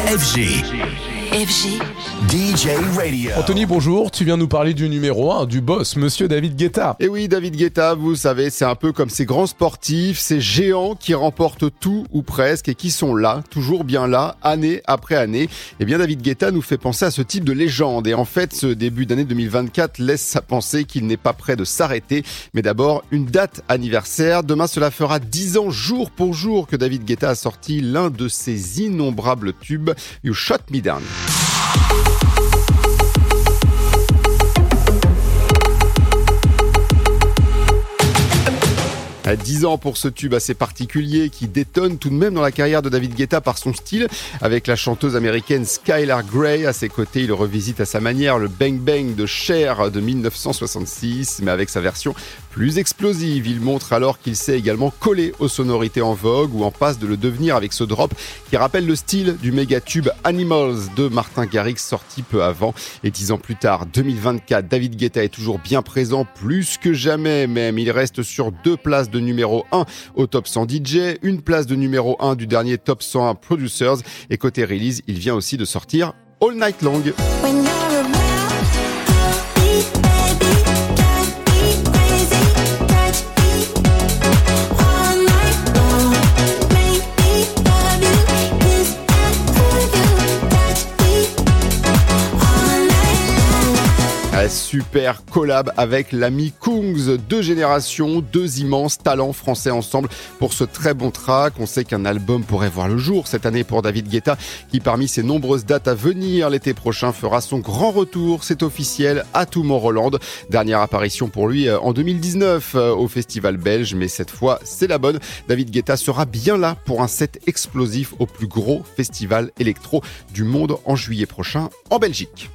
FG. FG. DJ Radio. Anthony, bonjour. Tu viens nous parler du numéro 1, du boss, monsieur David Guetta. Et oui, David Guetta, vous savez, c'est un peu comme ces grands sportifs, ces géants qui remportent tout ou presque et qui sont là, toujours bien là, année après année. Eh bien, David Guetta nous fait penser à ce type de légende. Et en fait, ce début d'année 2024 laisse à penser qu'il n'est pas prêt de s'arrêter. Mais d'abord, une date anniversaire. Demain, cela fera 10 ans jour pour jour que David Guetta a sorti l'un de ses innombrables tubes, You Shut Me Down. À 10 ans pour ce tube assez particulier qui détonne tout de même dans la carrière de David Guetta par son style. Avec la chanteuse américaine Skylar Grey à ses côtés, il revisite à sa manière le Bang Bang de Cher de 1966, mais avec sa version plus explosive. Il montre alors qu'il sait également coller aux sonorités en vogue ou en passe de le devenir avec ce drop qui rappelle le style du méga tube Animals de Martin Garrix sorti peu avant. Et 10 ans plus tard, 2024, David Guetta est toujours bien présent, plus que jamais même. Il reste sur 2 places de numéro 1 au top 100 DJ, une place de numéro 1 du dernier top 101 Producers et côté release, il vient aussi de sortir All Night Long. Super collab avec l'ami Kungs, 2 générations, 2 immenses talents français ensemble pour ce très bon track. On sait qu'un album pourrait voir le jour cette année pour David Guetta qui parmi ses nombreuses dates à venir l'été prochain fera son grand retour, c'est officiel, à Tomorrowland. Dernière apparition pour lui en 2019 au festival belge, mais cette fois c'est la bonne. David Guetta sera bien là pour un set explosif au plus gros festival électro du monde en juillet prochain en Belgique.